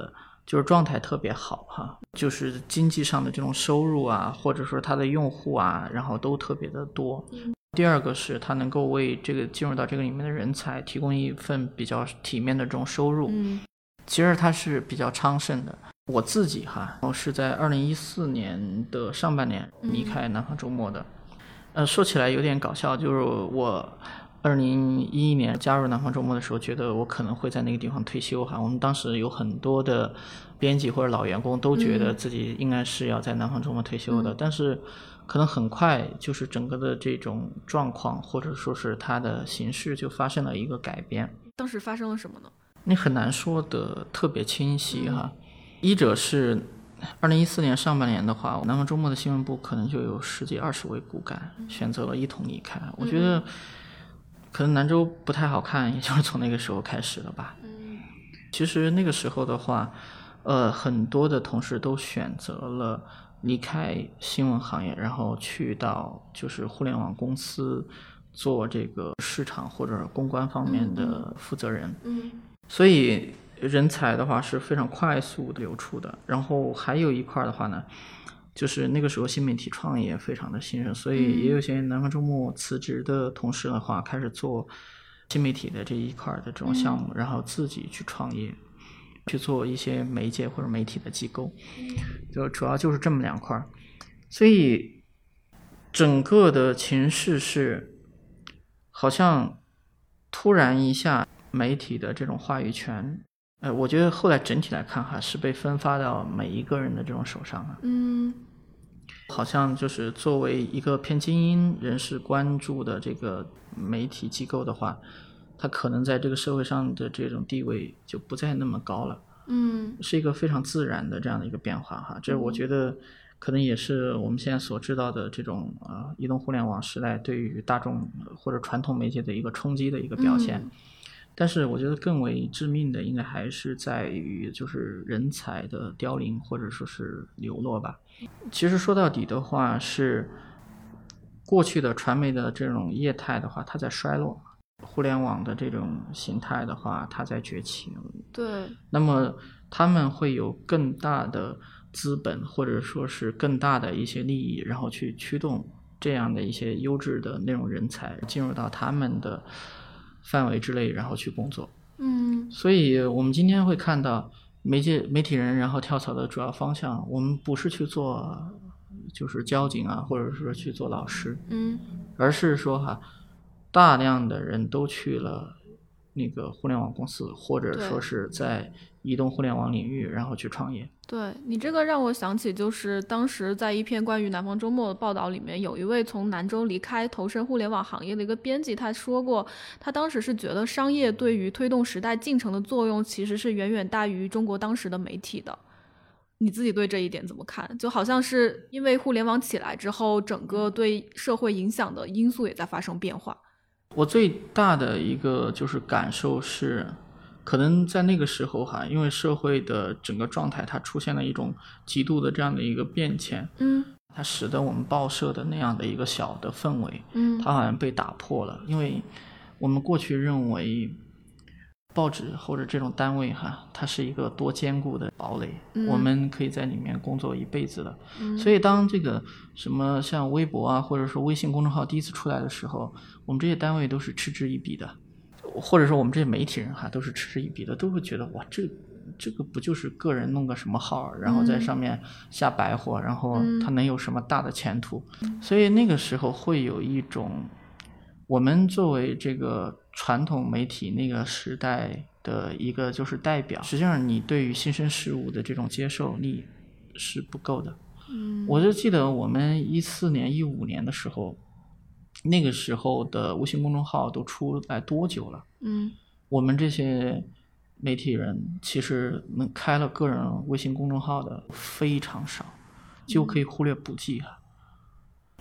就是状态特别好哈，就是经济上的这种收入啊，或者说它的用户啊，然后都特别的多。第二个是它能够为这个进入到这个里面的人才提供一份比较体面的这种收入。其实它是比较昌盛的。我自己哈，我是在2014年的上半年离开南方周末的。说起来有点搞笑，就是我2011年加入南方周末的时候，觉得我可能会在那个地方退休哈。我们当时有很多的编辑或者老员工都觉得自己应该是要在南方周末退休的，但是可能很快就是整个的这种状况或者说是它的形势就发生了一个改变。 当时发生了什么呢？ 你很难说的特别清晰哈。一者是2014年上半年的话，南方周末的新闻部可能就有10几20位骨干选择了一同离开。我觉得可能南周不太好看，也就是从那个时候开始了吧。其实那个时候的话，很多的同事都选择了离开新闻行业，然后去到就是互联网公司做这个市场或者公关方面的负责人。所以人才的话是非常快速的流出的。然后还有一块的话呢，就是那个时候新媒体创业非常的兴盛，所以也有些南方周末辞职的同事的话开始做新媒体的这一块的这种项目，然后自己去创业，去做一些媒介或者媒体的机构，就主要就是这么2块。所以整个的情势是好像突然一下媒体的这种话语权，我觉得后来整体来看哈，是被分发到每一个人的这种手上了。好像就是作为一个偏精英人士关注的这个媒体机构的话，它可能在这个社会上的这种地位就不再那么高了。是一个非常自然的这样的一个变化哈。这我觉得可能也是我们现在所知道的这种移动互联网时代对于大众或者传统媒介的一个冲击的一个表现。但是我觉得更为致命的应该还是在于就是人才的凋零或者说是流落吧。其实说到底的话，是过去的传媒的这种业态的话它在衰落，互联网的这种形态的话它在崛起。 对， 那么他们会有更大的资本或者说是更大的一些利益，然后去驱动这样的一些优质的内容人才进入到他们的范围之内，然后去工作。所以我们今天会看到媒体人然后跳槽的主要方向，我们不是去做就是交警啊，或者说去做老师，而是说大量的人都去了那个互联网公司，或者说是在移动互联网领域然后去创业。 对，你这个让我想起就是当时在一篇关于南方周末的报道里面，有一位从南周离开投身互联网行业的一个编辑，他说过他当时是觉得商业对于推动时代进程的作用其实是远远大于中国当时的媒体的。你自己对这一点怎么看？就好像是因为互联网起来之后，整个对社会影响的因素也在发生变化。 我最大的一个就是感受是，可能在那个时候因为社会的整个状态它出现了一种极度的这样的一个变迁，它使得我们报社的那样的一个小的氛围，它好像被打破了。因为我们过去认为报纸或者这种单位它是一个多坚固的堡垒，我们可以在里面工作一辈子的。所以当这个什么像微博啊或者说微信公众号第一次出来的时候，我们这些单位都是嗤之以鼻的，或者说我们这些媒体人都是嗤之以鼻的，都会觉得哇，这个不就是个人弄个什么号，然后在上面瞎白活，然后他能有什么大的前途。所以那个时候会有一种，我们作为这个传统媒体那个时代的一个就是代表，实际上你对于新生事物的这种接受力是不够的。我就记得我们14年15年的时候，那个时候的微信公众号都出来多久了？我们这些媒体人其实能开了个人微信公众号的非常少，就可以忽略不计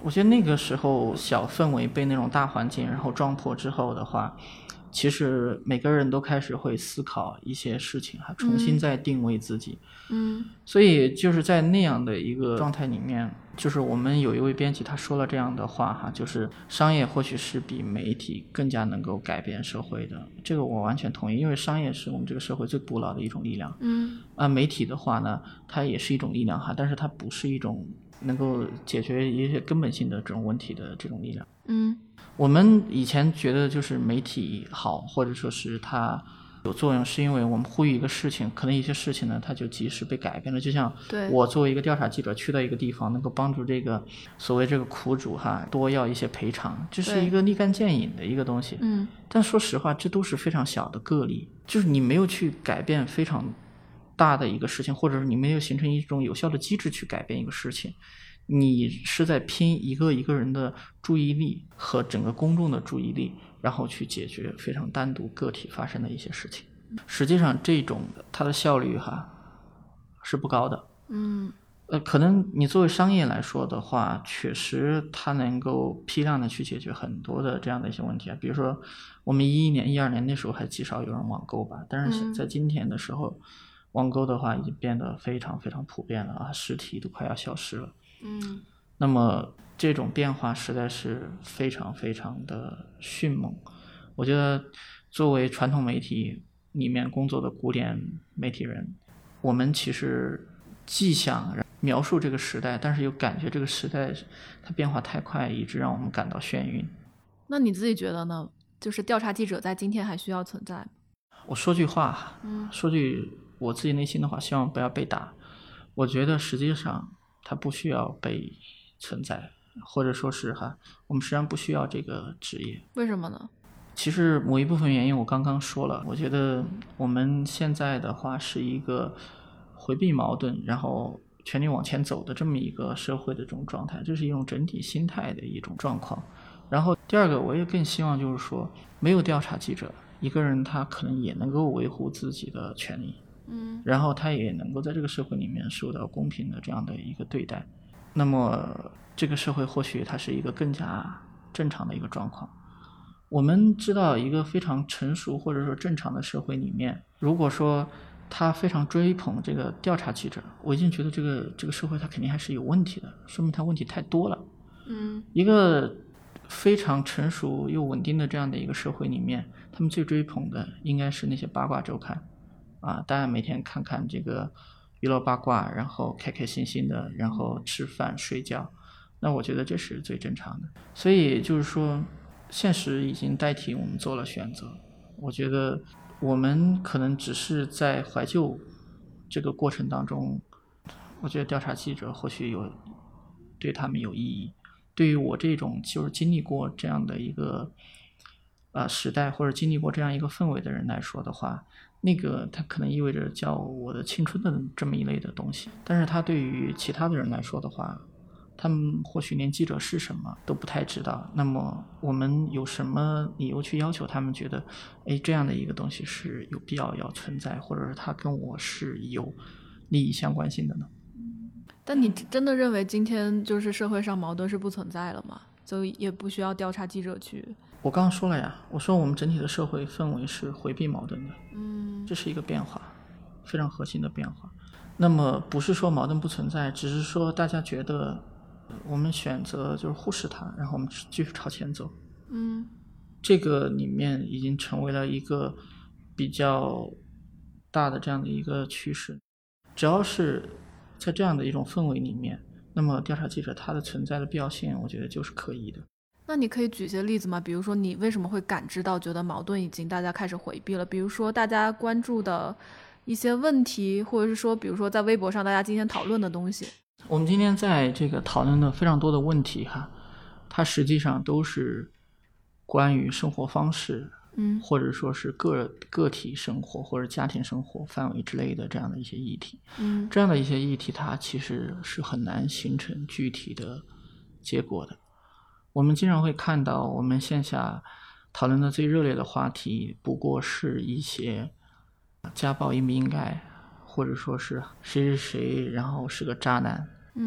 我觉得那个时候小氛围被那种大环境然后撞破之后的话，其实每个人都开始会思考一些事情重新再定位自己。所以就是在那样的一个状态里面，就是我们有一位编辑他说了这样的话就是商业或许是比媒体更加能够改变社会的。这个我完全同意，因为商业是我们这个社会最古老的一种力量。媒体的话呢，它也是一种力量但是它不是一种能够解决一些根本性的这种问题的这种力量。我们以前觉得就是媒体好，或者说是它有作用，是因为我们呼吁一个事情，可能一些事情呢它就及时被改变了。就像我作为一个调查记者去到一个地方，能够帮助这个所谓这个苦主多要一些赔偿，这是一个立竿见影的一个东西。但说实话这都是非常小的个例，就是你没有去改变非常大的一个事情，或者是你没有形成一种有效的机制去改变一个事情，你是在拼一个人的注意力和整个公众的注意力，然后去解决非常单独个体发生的一些事情。实际上这种它的效率是不高的。可能你作为商业来说的话，确实它能够批量的去解决很多的这样的一些问题比如说我们11年12年那时候还极少有人网购吧，但是在今天的时候网购的话已经变得非常非常普遍了实体都快要消失了。那么这种变化实在是非常非常的迅猛。我觉得作为传统媒体里面工作的古典媒体人，我们其实既想描述这个时代，但是又感觉这个时代它变化太快，以致让我们感到眩晕。 那你自己觉得呢？就是调查记者在今天还需要存在吗？ 我说句话，说句我自己内心的话，希望不要被打。我觉得实际上它不需要被存在，或者说是我们实际上不需要这个职业。 为什么呢？ 其实某一部分原因我刚刚说了，我觉得我们现在的话是一个回避矛盾然后全力往前走的这么一个社会的这种状态，这是一种整体心态的一种状况。然后第二个，我也更希望就是说没有调查记者，一个人他可能也能够维护自己的权利，然后他也能够在这个社会里面受到公平的这样的一个对待，那么这个社会或许它是一个更加正常的一个状况。我们知道一个非常成熟或者说正常的社会里面，如果说他非常追捧这个调查记者，我已经觉得这个社会它肯定还是有问题的，说明它问题太多了。一个非常成熟又稳定的这样的一个社会里面，他们最追捧的应该是那些八卦周刊大家每天看看这个娱乐八卦，然后开开心心的，然后吃饭睡觉，那我觉得这是最正常的。所以就是说现实已经代替我们做了选择，我觉得我们可能只是在怀旧这个过程当中，我觉得调查记者或许对他们有意义。对于我这种就是经历过这样的一个时代或者经历过这样一个氛围的人来说的话，那个它可能意味着叫我的青春的这么一类的东西。但是它对于其他的人来说的话，他们或许连记者是什么都不太知道，那么我们有什么理由去要求他们觉得这样的一个东西是有必要存在，或者是它跟我是有利益相关性的呢？ 但你真的认为今天就是社会上矛盾是不存在了吗？就也不需要调查记者去？ 我刚刚说了呀，我说我们整体的社会氛围是回避矛盾的，这是一个变化，非常核心的变化。那么不是说矛盾不存在，只是说大家觉得我们选择就是忽视它，然后我们继续朝前走。这个里面已经成为了一个比较大的这样的一个趋势。只要是在这样的一种氛围里面，那么调查记者他的存在的必要性，我觉得就是可以的。 那你可以举些例子吗？比如说你为什么会感知到觉得矛盾已经大家开始回避了？比如说大家关注的一些问题，或者是说比如说在微博上大家今天讨论的东西。 我们今天在这个讨论的非常多的问题它实际上都是关于生活方式，或者说是个体生活或者家庭生活范围之类的这样的一些议题。这样的一些议题它其实是很难形成具体的结果的。我们经常会看到我们线下讨论的最热烈的话题不过是一些家暴应不应该，或者说是谁是谁然后是个渣男。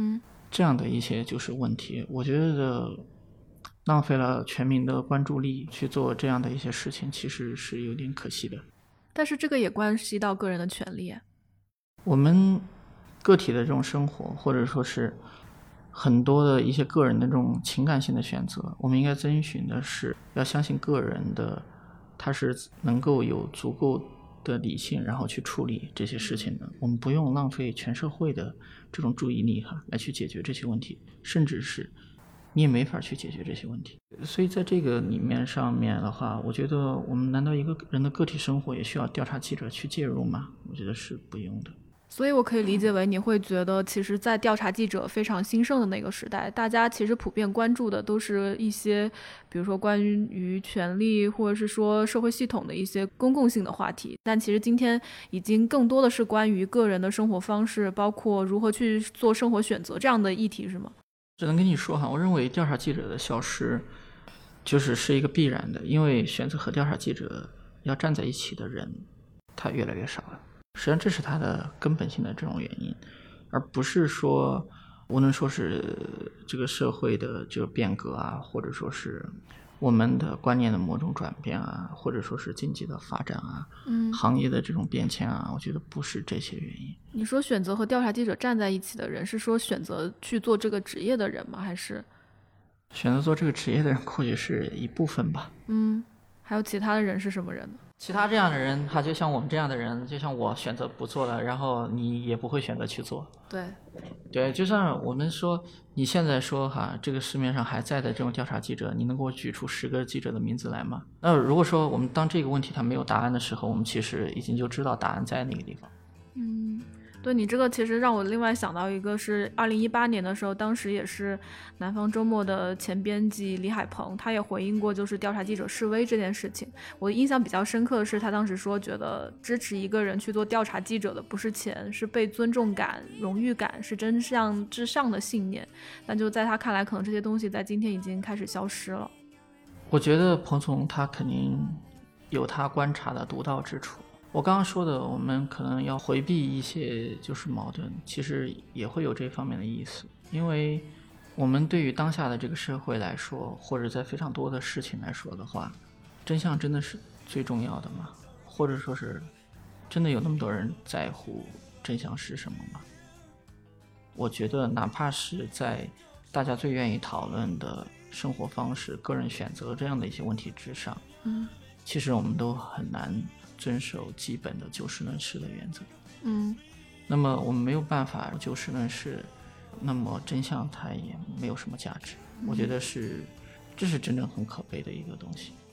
这样的一些就是问题，我觉得浪费了全民的关注力去做这样的一些事情，其实是有点可惜的。 但是这个也关系到个人的权利。 我们个体的这种生活，或者说是很多的一些个人的这种情感性的选择，我们应该遵循的是要相信个人的他是能够有足够的理性然后去处理这些事情的，我们不用浪费全社会的这种注意力来去解决这些问题，甚至是你也没法去解决这些问题。所以在这个里面上面的话，我觉得我们难道一个人的个体生活也需要调查记者去介入吗？我觉得是不用的。 所以我可以理解为你会觉得其实在调查记者非常兴盛的那个时代，大家其实普遍关注的都是一些比如说关于权力或者是说社会系统的一些公共性的话题，但其实今天已经更多的是关于个人的生活方式，包括如何去做生活选择这样的议题，是吗？ 只能跟你说我认为调查记者的消失是一个必然的，因为选择和调查记者要站在一起的人他越来越少了，实际上这是它的根本性的这种原因，而不是说无论说是这个社会的这个变革啊，或者说是我们的观念的某种转变啊，或者说是经济的发展啊，行业的这种变迁啊，我觉得不是这些原因。 你说选择和调查记者站在一起的人，是说选择去做这个职业的人吗？还是选择做这个职业的人或许是一部分吧。 还有其他的人是什么人呢？ 其他这样的人他就像我们这样的人，就像我选择不做了，然后你也不会选择去做。对，就像我们说你现在说这个市面上还在的这种调查记者，你能给我举出10个记者的名字来吗？那如果说我们当这个问题它没有答案的时候，我们其实已经就知道答案在那个地方。 对，你这个其实让我另外想到一个是2018年的时候，当时也是南方周末的前编辑李海鹏，他也回应过就是调查记者示威这件事情。我印象比较深刻的是他当时说觉得支持一个人去做调查记者的不是钱，是被尊重感、荣誉感，是真相至上的信念。但就在他看来，可能这些东西在今天已经开始消失了。 我觉得彭总他肯定有他观察的独到之处，我刚刚说的我们可能要回避一些就是矛盾，其实也会有这方面的意思，因为我们对于当下的这个社会来说，或者在非常多的事情来说的话，真相真的是最重要的吗？或者说是真的有那么多人在乎真相是什么吗？我觉得哪怕是在大家最愿意讨论的生活方式、个人选择这样的一些问题之上，其实我们都很难遵守基本的就事论事的原则。那么我们没有办法就事论事，那么真相它也没有什么价值。我觉得这是真正很可悲的一个东西。